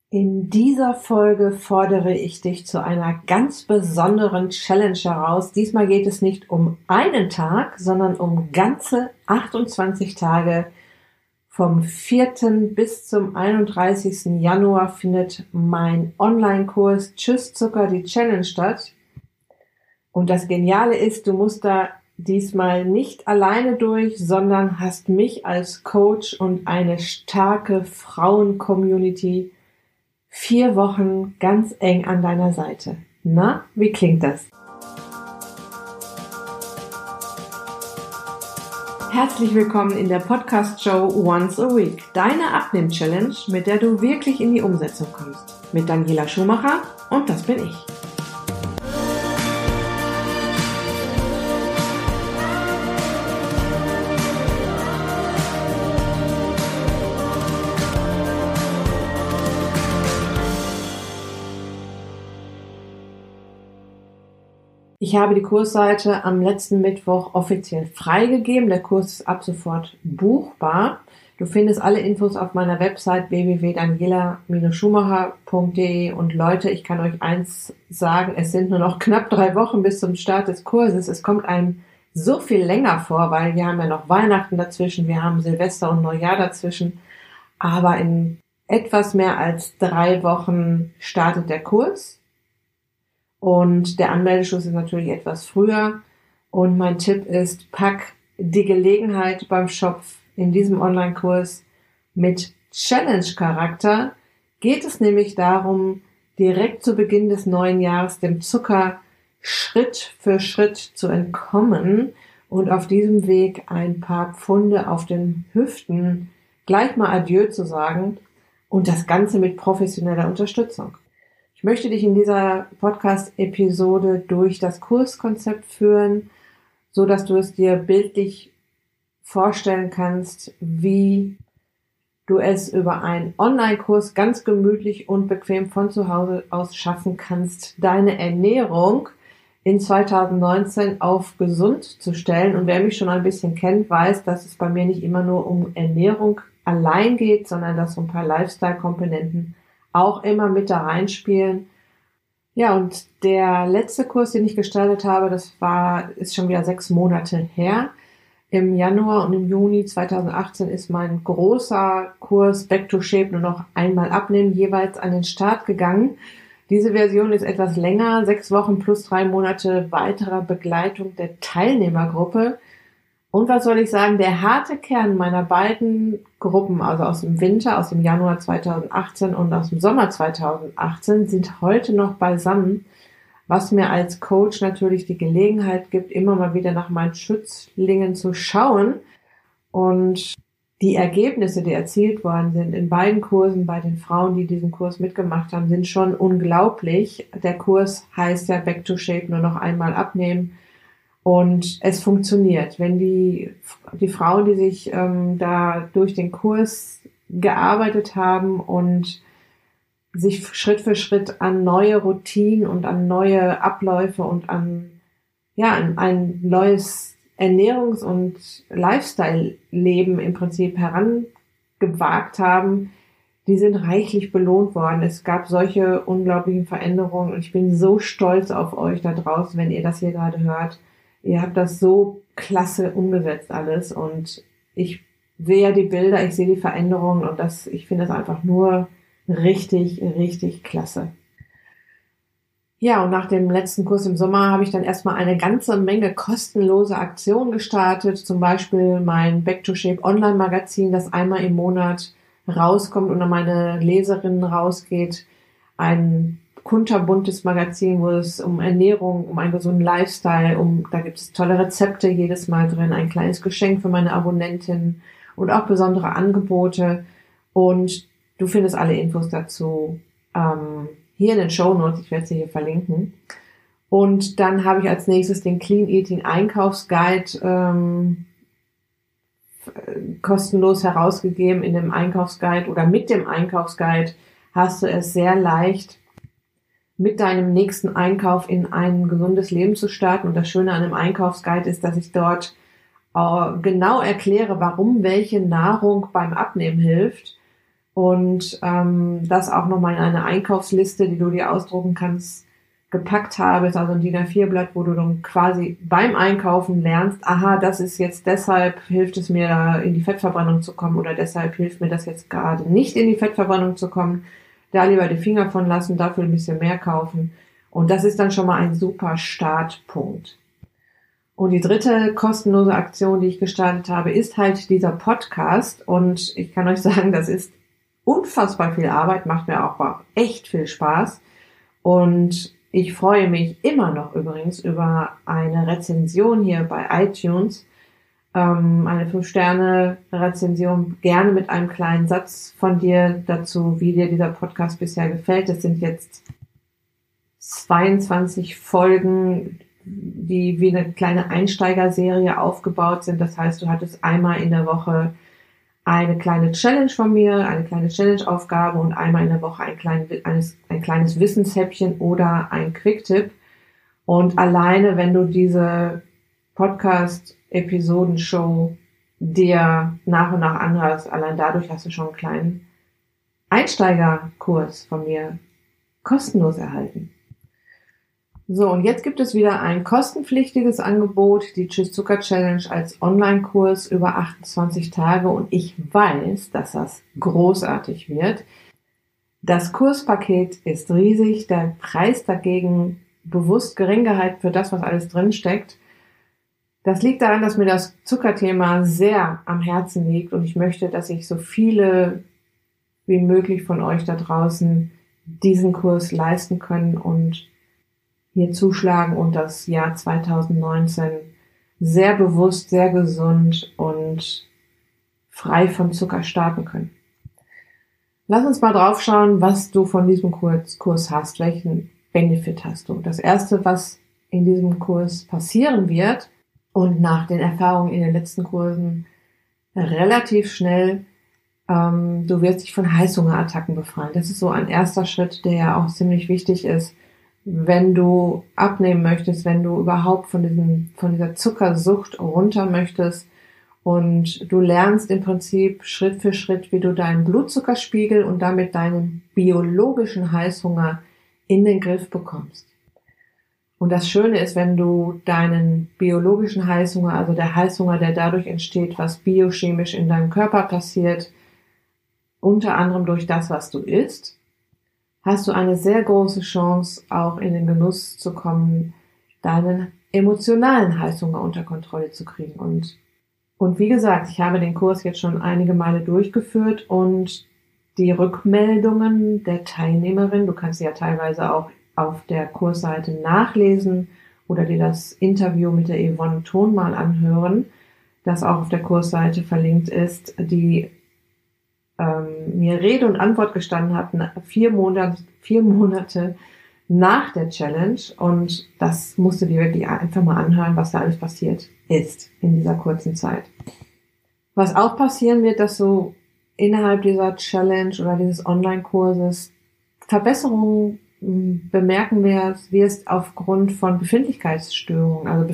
In dieser Folge fordere ich dich zu einer ganz besonderen Challenge heraus. Diesmal geht es nicht um einen Tag, sondern um ganze 28 Tage. Vom 4. bis zum 31. Januar findet mein Online-Kurs Tschüss Zucker, die Challenge statt. Und das Geniale ist, du musst da diesmal nicht alleine durch, sondern hast mich als Coach und eine starke Frauen-Community 4 Wochen ganz eng an deiner Seite. Na, wie klingt das? Herzlich willkommen in der Podcast-Show Once a Week, deine Abnehm-Challenge, mit der du wirklich in die Umsetzung kommst. Mit Daniela Schumacher und das bin ich. Ich habe die Kursseite am letzten Mittwoch offiziell freigegeben. Der Kurs ist ab sofort buchbar. Du findest alle Infos auf meiner Website www.daniela-schumacher.de. Und Leute, ich kann euch eins sagen, es sind nur noch knapp 3 Wochen bis zum Start des Kurses. Es kommt einem so viel länger vor, weil wir haben ja noch Weihnachten dazwischen, wir haben Silvester und Neujahr dazwischen. Aber in etwas mehr als 3 Wochen startet der Kurs. Und der Anmeldeschluss ist natürlich etwas früher. Und mein Tipp ist, pack die Gelegenheit beim Schopf in diesem Online-Kurs mit Challenge-Charakter. Geht es nämlich darum, direkt zu Beginn des neuen Jahres dem Zucker Schritt für Schritt zu entkommen und auf diesem Weg ein paar Pfunde auf den Hüften gleich mal Adieu zu sagen und das Ganze mit professioneller Unterstützung. Ich möchte dich in dieser Podcast-Episode durch das Kurskonzept führen, so dass du es dir bildlich vorstellen kannst, wie du es über einen Online-Kurs ganz gemütlich und bequem von zu Hause aus schaffen kannst, deine Ernährung in 2019 auf gesund zu stellen. Und wer mich schon ein bisschen kennt, weiß, dass es bei mir nicht immer nur um Ernährung allein geht, sondern dass so ein paar Lifestyle-Komponenten auch immer mit da reinspielen. Ja, und der letzte Kurs, den ich gestaltet habe, ist schon wieder 6 Monate her. Im Januar und im Juni 2018 ist mein großer Kurs Back to Shape nur noch einmal abnehmen, jeweils an den Start gegangen. Diese Version ist etwas länger, 6 Wochen plus 3 Monate weiterer Begleitung der Teilnehmergruppe. Und was soll ich sagen, der harte Kern meiner beiden Gruppen, also aus dem Winter, aus dem Januar 2018 und aus dem Sommer 2018, sind heute noch beisammen, was mir als Coach natürlich die Gelegenheit gibt, immer mal wieder nach meinen Schützlingen zu schauen. Und die Ergebnisse, die erzielt worden sind in beiden Kursen, bei den Frauen, die diesen Kurs mitgemacht haben, sind schon unglaublich. Der Kurs heißt ja Back to Shape, nur noch einmal abnehmen. Und es funktioniert. Wenn die Frauen, die sich da durch den Kurs gearbeitet haben und sich Schritt für Schritt an neue Routinen und an neue Abläufe und an ein neues Ernährungs- und Lifestyle-Leben im Prinzip herangewagt haben, die sind reichlich belohnt worden. Es gab solche unglaublichen Veränderungen und ich bin so stolz auf euch da draußen, wenn ihr das hier gerade hört. Ihr habt das so klasse umgesetzt alles und ich sehe ja die Bilder, ich sehe die Veränderungen und ich finde das einfach nur richtig, richtig klasse. Ja, und nach dem letzten Kurs im Sommer habe ich dann erstmal eine ganze Menge kostenlose Aktionen gestartet, zum Beispiel mein Back to Shape Online-Magazin, das einmal im Monat rauskommt und an meine Leserinnen rausgeht, ein kunterbuntes Magazin, wo es um Ernährung, um einen gesunden Lifestyle, da gibt es tolle Rezepte jedes Mal drin, ein kleines Geschenk für meine Abonnentinnen und auch besondere Angebote. Und du findest alle Infos dazu hier in den Shownotes, ich werde sie hier verlinken. Und dann habe ich als nächstes den Clean Eating Einkaufsguide kostenlos herausgegeben. In dem Einkaufsguide oder mit dem Einkaufsguide hast du es sehr leicht, mit deinem nächsten Einkauf in ein gesundes Leben zu starten. Und das Schöne an dem Einkaufsguide ist, dass ich dort genau erkläre, warum welche Nahrung beim Abnehmen hilft und das auch nochmal in eine Einkaufsliste, die du dir ausdrucken kannst, gepackt habe. Ist also ein DIN A4-Blatt, wo du dann quasi beim Einkaufen lernst, aha, das ist jetzt deshalb, hilft es mir da in die Fettverbrennung zu kommen oder deshalb hilft mir das jetzt gerade nicht in die Fettverbrennung zu kommen. Da lieber die Finger von lassen, dafür ein bisschen mehr kaufen. Und das ist dann schon mal ein super Startpunkt. Und die dritte kostenlose Aktion, die ich gestartet habe, ist halt dieser Podcast. Und ich kann euch sagen, das ist unfassbar viel Arbeit, macht mir auch echt viel Spaß. Und ich freue mich immer noch übrigens über eine Rezension hier bei iTunes. Eine 5-Sterne-Rezension, gerne mit einem kleinen Satz von dir dazu, wie dir dieser Podcast bisher gefällt. Es sind jetzt 22 Folgen, die wie eine kleine Einsteigerserie aufgebaut sind. Das heißt, du hattest einmal in der Woche eine kleine Challenge von mir, eine kleine Challenge-Aufgabe und einmal in der Woche ein kleines Wissenshäppchen oder ein Quick-Tipp. Und alleine, wenn du diese Podcast-Episodenshow dir nach und nach anhörst, allein dadurch hast du schon einen kleinen Einsteigerkurs von mir kostenlos erhalten. So, und jetzt gibt es wieder ein kostenpflichtiges Angebot, die Tschüss Zucker Challenge als Online-Kurs über 28 Tage und ich weiß, dass das großartig wird. Das Kurspaket ist riesig, der Preis dagegen bewusst gering gehalten für das, was alles drinsteckt. Das liegt daran, dass mir das Zuckerthema sehr am Herzen liegt und ich möchte, dass sich so viele wie möglich von euch da draußen diesen Kurs leisten können und hier zuschlagen und das Jahr 2019 sehr bewusst, sehr gesund und frei von Zucker starten können. Lass uns mal drauf schauen, was du von diesem Kurs hast, welchen Benefit hast du. Das erste, was in diesem Kurs passieren wird und nach den Erfahrungen in den letzten Kursen relativ schnell, du wirst dich von Heißhungerattacken befreien. Das ist so ein erster Schritt, der ja auch ziemlich wichtig ist, wenn du abnehmen möchtest, wenn du überhaupt von dieser Zuckersucht runter möchtest und du lernst im Prinzip Schritt für Schritt, wie du deinen Blutzuckerspiegel und damit deinen biologischen Heißhunger in den Griff bekommst. Und das Schöne ist, wenn du deinen biologischen Heißhunger, also der Heißhunger, der dadurch entsteht, was biochemisch in deinem Körper passiert, unter anderem durch das, was du isst, hast du eine sehr große Chance, auch in den Genuss zu kommen, deinen emotionalen Heißhunger unter Kontrolle zu kriegen. Und wie gesagt, ich habe den Kurs jetzt schon einige Male durchgeführt und die Rückmeldungen der Teilnehmerin, du kannst sie ja teilweise auch auf der Kursseite nachlesen oder dir das Interview mit der Yvonne Thon mal anhören, das auch auf der Kursseite verlinkt ist, die mir Rede und Antwort gestanden hatten, 4 Monate nach der Challenge und das musst du dir wirklich einfach mal anhören, was da alles passiert ist in dieser kurzen Zeit. Was auch passieren wird, dass du innerhalb dieser Challenge oder dieses Online-Kurses Verbesserungen bemerken wirst aufgrund von Befindlichkeitsstörungen. Also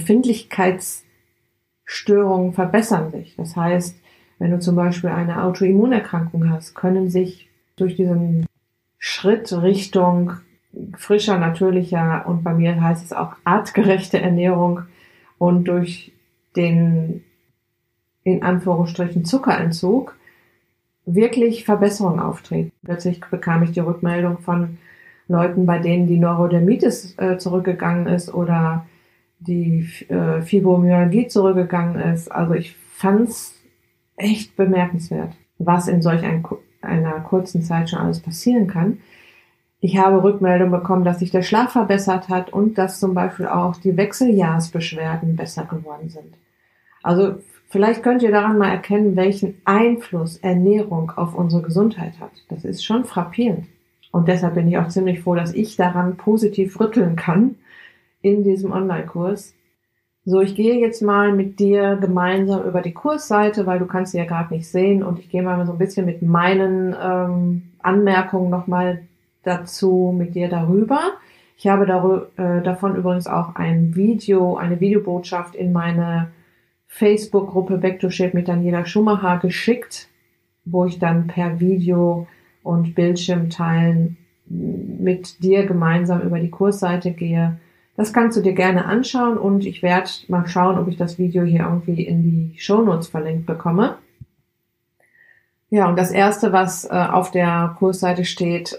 Befindlichkeitsstörungen verbessern sich. Das heißt, wenn du zum Beispiel eine Autoimmunerkrankung hast, können sich durch diesen Schritt Richtung frischer, natürlicher und bei mir heißt es auch artgerechte Ernährung und durch den in Anführungsstrichen Zuckerentzug wirklich Verbesserungen auftreten. Plötzlich bekam ich die Rückmeldung von Leuten, bei denen die Neurodermitis zurückgegangen ist oder die Fibromyalgie zurückgegangen ist. Also ich fand's echt bemerkenswert, was in solch einer kurzen Zeit schon alles passieren kann. Ich habe Rückmeldung bekommen, dass sich der Schlaf verbessert hat und dass zum Beispiel auch die Wechseljahrsbeschwerden besser geworden sind. Also vielleicht könnt ihr daran mal erkennen, welchen Einfluss Ernährung auf unsere Gesundheit hat. Das ist schon frappierend. Und deshalb bin ich auch ziemlich froh, dass ich daran positiv rütteln kann in diesem Online-Kurs. So, ich gehe jetzt mal mit dir gemeinsam über die Kursseite, weil du kannst sie ja gerade nicht sehen und ich gehe mal so ein bisschen mit meinen Anmerkungen nochmal dazu mit dir darüber. Ich habe davon übrigens auch eine Videobotschaft in meine Facebook-Gruppe Back to Shape mit Daniela Schumacher geschickt. wo ich dann per Video und Bildschirm teilen mit dir gemeinsam über die Kursseite gehe. Das kannst du dir gerne anschauen und ich werde mal schauen, ob ich das Video hier irgendwie in die Shownotes verlinkt bekomme. Ja, und das erste, was auf der Kursseite steht,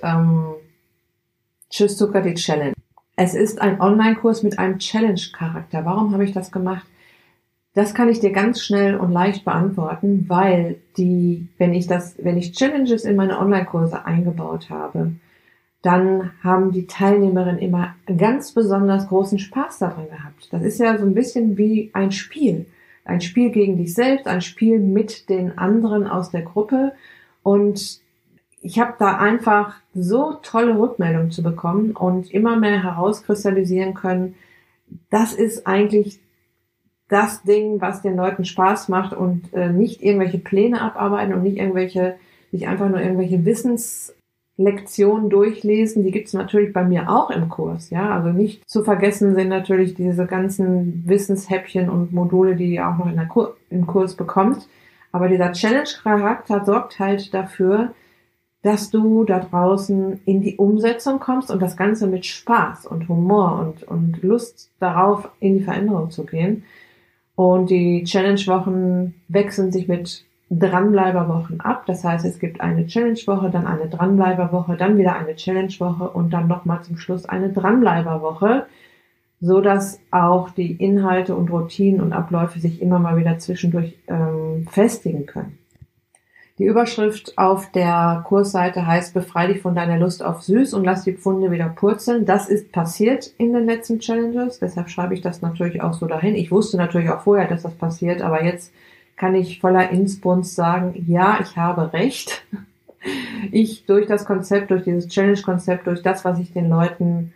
Tschüss Zucker, die Challenge. Es ist ein Online-Kurs mit einem Challenge-Charakter. Warum habe ich das gemacht? Das kann ich dir ganz schnell und leicht beantworten, weil wenn ich Challenges in meine Online-Kurse eingebaut habe, dann haben die Teilnehmerinnen immer ganz besonders großen Spaß daran gehabt. Das ist ja so ein bisschen wie ein Spiel. Ein Spiel gegen dich selbst, ein Spiel mit den anderen aus der Gruppe. Und ich habe da einfach so tolle Rückmeldungen zu bekommen und immer mehr herauskristallisieren können. Das ist eigentlich das Ding, was den Leuten Spaß macht und nicht irgendwelche Pläne abarbeiten und nicht sich einfach nur irgendwelche Wissenslektionen durchlesen. Die gibt's natürlich bei mir auch im Kurs. Ja, also nicht zu vergessen sind natürlich diese ganzen Wissenshäppchen und Module, die ihr auch noch im Kurs bekommt. Aber dieser Challenge-Charakter sorgt halt dafür, dass du da draußen in die Umsetzung kommst und das Ganze mit Spaß und Humor und Lust darauf, in die Veränderung zu gehen. Und die Challenge-Wochen wechseln sich mit Dranbleiberwochen ab. Das heißt, es gibt eine Challenge-Woche, dann eine Dranbleiberwoche, dann wieder eine Challenge-Woche und dann nochmal zum Schluss eine Dranbleiberwoche, so dass auch die Inhalte und Routinen und Abläufe sich immer mal wieder zwischendurch festigen können. Die Überschrift auf der Kursseite heißt: Befrei dich von deiner Lust auf Süß und lass die Pfunde wieder purzeln. Das ist passiert in den letzten Challenges, deshalb schreibe ich das natürlich auch so dahin. Ich wusste natürlich auch vorher, dass das passiert, aber jetzt kann ich voller Inbrunst sagen, ja, ich habe recht. Durch das Konzept, durch dieses Challenge-Konzept, durch das, was ich den Leuten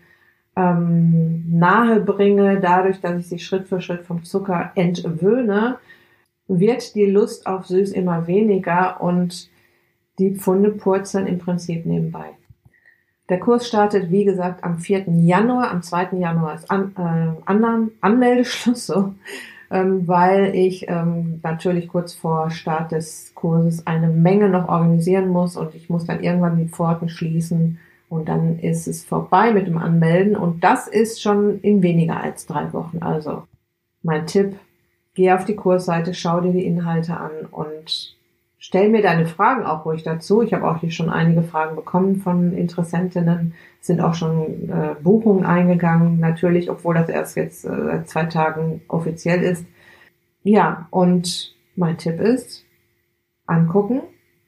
nahe bringe, dadurch, dass ich sie Schritt für Schritt vom Zucker entwöhne, wird die Lust auf Süß immer weniger und die Pfunde purzeln im Prinzip nebenbei. Der Kurs startet, wie gesagt, am 4. Januar. Am 2. Januar ist Anmeldeschluss, weil ich natürlich kurz vor Start des Kurses eine Menge noch organisieren muss und ich muss dann irgendwann die Pforten schließen und dann ist es vorbei mit dem Anmelden und das ist schon in weniger als 3 Wochen. Also mein Tipp: Geh auf die Kursseite, schau dir die Inhalte an und stell mir deine Fragen auch ruhig dazu. Ich habe auch hier schon einige Fragen bekommen von Interessentinnen. Es sind auch schon Buchungen eingegangen, natürlich, obwohl das erst jetzt seit 2 Tagen offiziell ist. Ja, und mein Tipp ist, angucken,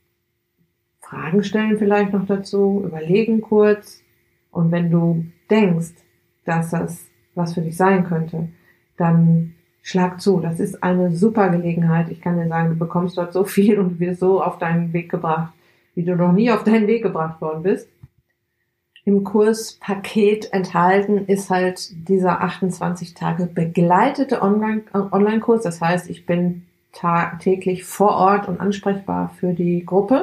Fragen stellen vielleicht noch dazu, überlegen kurz. Und wenn du denkst, dass das was für dich sein könnte, dann schlag zu. Das ist eine super Gelegenheit. Ich kann dir sagen, du bekommst dort so viel und wirst so auf deinen Weg gebracht, wie du noch nie auf deinen Weg gebracht worden bist. Im Kurspaket enthalten ist halt dieser 28 Tage begleitete Online-Kurs. Das heißt, ich bin täglich vor Ort und ansprechbar für die Gruppe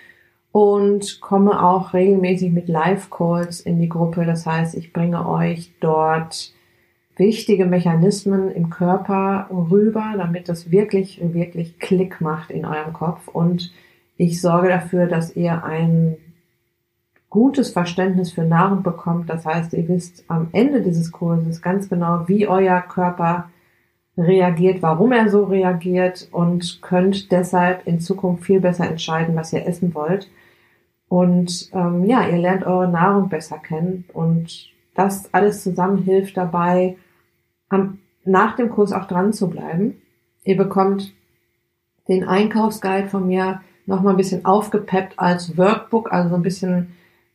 und komme auch regelmäßig mit Live-Calls in die Gruppe. Das heißt, ich bringe euch dort wichtige Mechanismen im Körper rüber, damit das wirklich, wirklich Klick macht in eurem Kopf. Und ich sorge dafür, dass ihr ein gutes Verständnis für Nahrung bekommt. Das heißt, ihr wisst am Ende dieses Kurses ganz genau, wie euer Körper reagiert, warum er so reagiert und könnt deshalb in Zukunft viel besser entscheiden, was ihr essen wollt. Und ihr lernt eure Nahrung besser kennen und das alles zusammen hilft dabei, nach dem Kurs auch dran zu bleiben. Ihr bekommt den Einkaufsguide von mir nochmal ein bisschen aufgepeppt als Workbook, also so ein bisschen,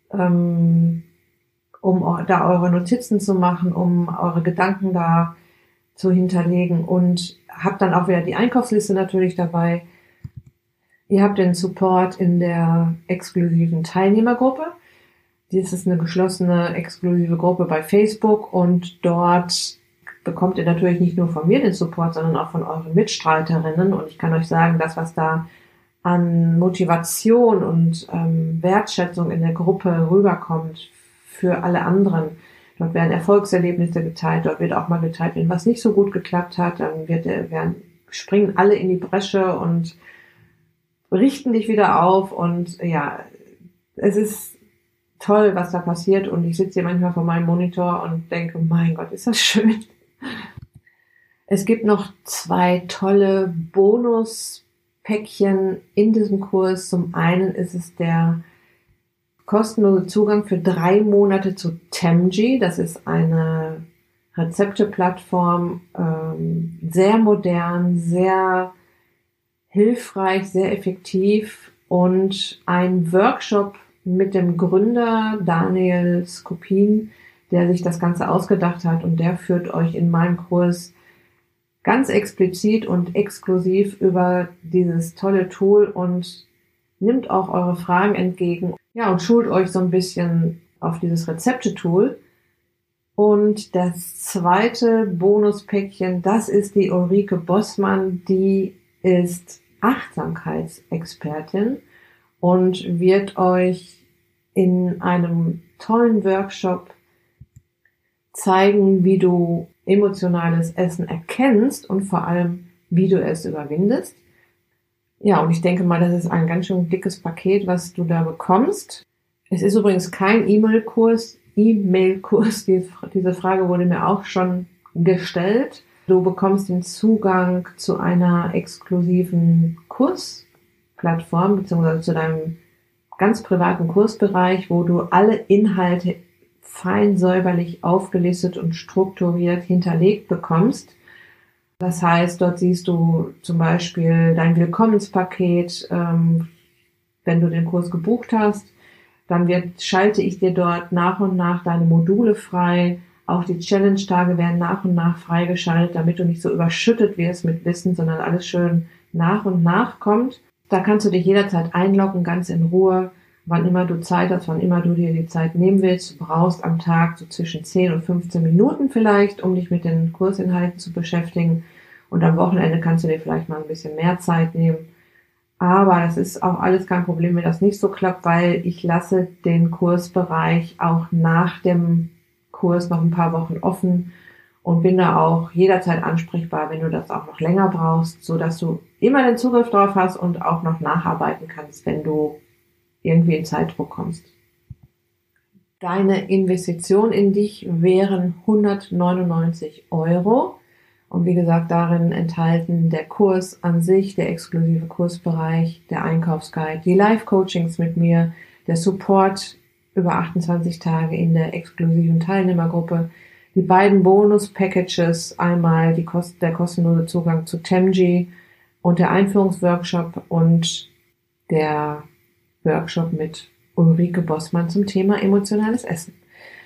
um da eure Notizen zu machen, um eure Gedanken da zu hinterlegen und habt dann auch wieder die Einkaufsliste natürlich dabei. Ihr habt den Support in der exklusiven Teilnehmergruppe. Dies ist eine geschlossene, exklusive Gruppe bei Facebook und dort bekommt ihr natürlich nicht nur von mir den Support, sondern auch von euren Mitstreiterinnen. Und ich kann euch sagen, das, was da an Motivation und Wertschätzung in der Gruppe rüberkommt für alle anderen. Dort werden Erfolgserlebnisse geteilt, dort wird auch mal geteilt, wenn was nicht so gut geklappt hat, dann springen alle in die Bresche und richten dich wieder auf und ja, es ist toll, was da passiert und ich sitze hier manchmal vor meinem Monitor und denke, mein Gott, ist das schön. Es gibt noch 2 tolle Bonuspäckchen in diesem Kurs. Zum einen ist es der kostenlose Zugang für 3 Monate zu Temji. Das ist eine Rezepteplattform, sehr modern, sehr hilfreich, sehr effektiv und ein Workshop mit dem Gründer Daniel Skopin, der sich das Ganze ausgedacht hat und der führt euch in meinem Kurs ganz explizit und exklusiv über dieses tolle Tool und nimmt auch eure Fragen entgegen. Ja, und schult euch so ein bisschen auf dieses Rezepte-Tool. Und das zweite Bonuspäckchen, das ist die Ulrike Bossmann, die ist Achtsamkeitsexpertin und wird euch in einem tollen Workshop zeigen, wie du emotionales Essen erkennst und vor allem, wie du es überwindest. Ja, und ich denke mal, das ist ein ganz schön dickes Paket, was du da bekommst. Es ist übrigens kein E-Mail-Kurs. Diese Frage wurde mir auch schon gestellt. Du bekommst den Zugang zu einer exklusiven Kursplattform beziehungsweise zu deinem ganz privaten Kursbereich, wo du alle Inhalte fein säuberlich aufgelistet und strukturiert hinterlegt bekommst. Das heißt, dort siehst du zum Beispiel dein Willkommenspaket, wenn du den Kurs gebucht hast. Dann schalte ich dir dort nach und nach deine Module frei. Auch die Challenge-Tage werden nach und nach freigeschaltet, damit du nicht so überschüttet wirst mit Wissen, sondern alles schön nach und nach kommt. Da kannst du dich jederzeit einloggen, ganz in Ruhe, wann immer du Zeit hast, wann immer du dir die Zeit nehmen willst. Du brauchst am Tag so zwischen 10 und 15 Minuten vielleicht, um dich mit den Kursinhalten zu beschäftigen. Und am Wochenende kannst du dir vielleicht mal ein bisschen mehr Zeit nehmen. Aber das ist auch alles kein Problem, wenn das nicht so klappt, weil ich lasse den Kursbereich auch nach dem Kurs noch ein paar Wochen offen und bin da auch jederzeit ansprechbar, wenn du das auch noch länger brauchst, so dass du immer den Zugriff drauf hast und auch noch nacharbeiten kannst, wenn du irgendwie in Zeitdruck kommst. Deine Investition in dich wären 199 €. Und wie gesagt, darin enthalten der Kurs an sich, der exklusive Kursbereich, der Einkaufsguide, die Live-Coachings mit mir, der Support über 28 Tage in der exklusiven Teilnehmergruppe, die beiden Bonus-Packages, einmal der kostenlose Zugang zu Temji und der Einführungsworkshop und der Workshop mit Ulrike Bossmann zum Thema emotionales Essen.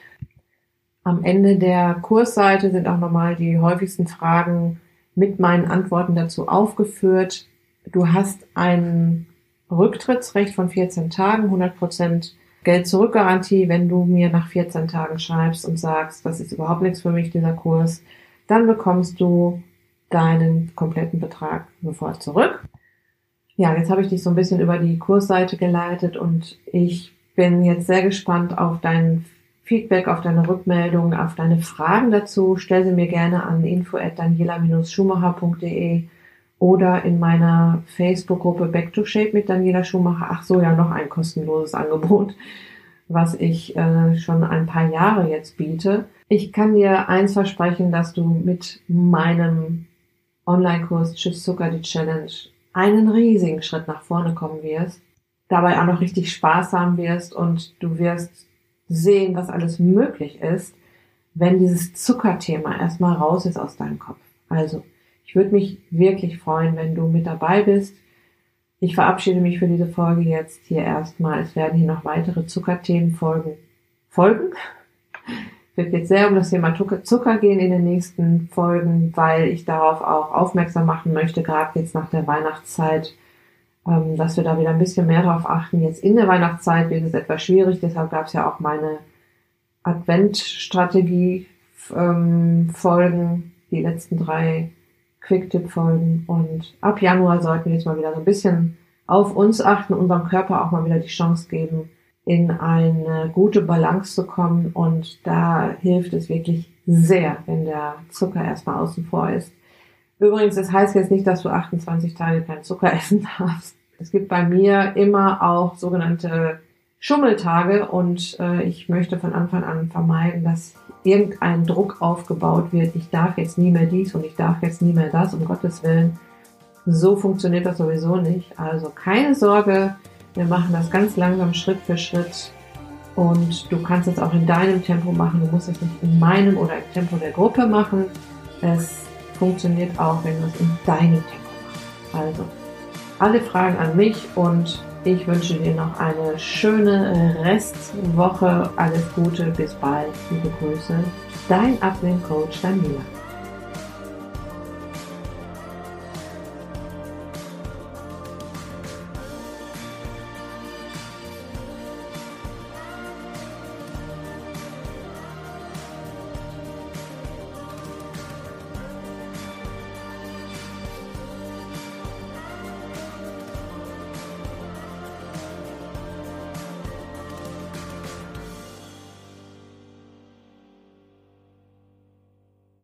Am Ende der Kursseite sind auch nochmal die häufigsten Fragen mit meinen Antworten dazu aufgeführt. Du hast ein Rücktrittsrecht von 14 Tagen, 100% Geld-Zurück-Garantie, wenn du mir nach 14 Tagen schreibst und sagst, das ist überhaupt nichts für mich, dieser Kurs, dann bekommst du deinen kompletten Betrag sofort zurück. Ja, jetzt habe ich dich so ein bisschen über die Kursseite geleitet und ich bin jetzt sehr gespannt auf dein Feedback, auf deine Rückmeldung, auf deine Fragen dazu. Stell sie mir gerne an info@daniela-schumacher.de oder in meiner Facebook-Gruppe Back to Shape mit Daniela Schumacher. Ach so, ja, noch ein kostenloses Angebot, was ich schon ein paar Jahre jetzt biete. Ich kann dir eins versprechen, dass du mit meinem Online-Kurs Tschüss Zucker, die Challenge, einen riesigen Schritt nach vorne kommen wirst, dabei auch noch richtig Spaß haben wirst und du wirst sehen, was alles möglich ist, wenn dieses Zuckerthema erstmal raus ist aus deinem Kopf. Also, ich würde mich wirklich freuen, wenn du mit dabei bist. Ich verabschiede mich für diese Folge jetzt hier erstmal. Es werden hier noch weitere Zuckerthemen folgen. Es wird jetzt sehr um das Thema Zucker gehen in den nächsten Folgen, weil ich darauf auch aufmerksam machen möchte, gerade jetzt nach der Weihnachtszeit, dass wir da wieder ein bisschen mehr darauf achten. Jetzt in der Weihnachtszeit wird es etwas schwierig, deshalb gab es ja auch meine Adventstrategie-Folgen, die letzten 3 Quick-Tipp-Folgen. Und ab Januar sollten wir jetzt mal wieder so ein bisschen auf uns achten, unserem Körper auch mal wieder die Chance geben, in eine gute Balance zu kommen. Und da hilft es wirklich sehr, wenn der Zucker erstmal außen vor ist. Übrigens, das heißt jetzt nicht, dass du 28 Tage keinen Zucker essen darfst. Es gibt bei mir immer auch sogenannte Schummeltage und ich möchte von Anfang an vermeiden, dass irgendein Druck aufgebaut wird. Ich darf jetzt nie mehr dies und ich darf jetzt nie mehr das, um Gottes Willen. So funktioniert das sowieso nicht. Also keine Sorge, wir machen das ganz langsam Schritt für Schritt und du kannst es auch in deinem Tempo machen. Du musst es nicht in meinem oder im Tempo der Gruppe machen. Es funktioniert auch, wenn du es in deinem Tempo machst. Also alle Fragen an mich und ich wünsche dir noch eine schöne Restwoche. Alles Gute, bis bald. Liebe Grüße, dein Abnehmen-Coach Daniela.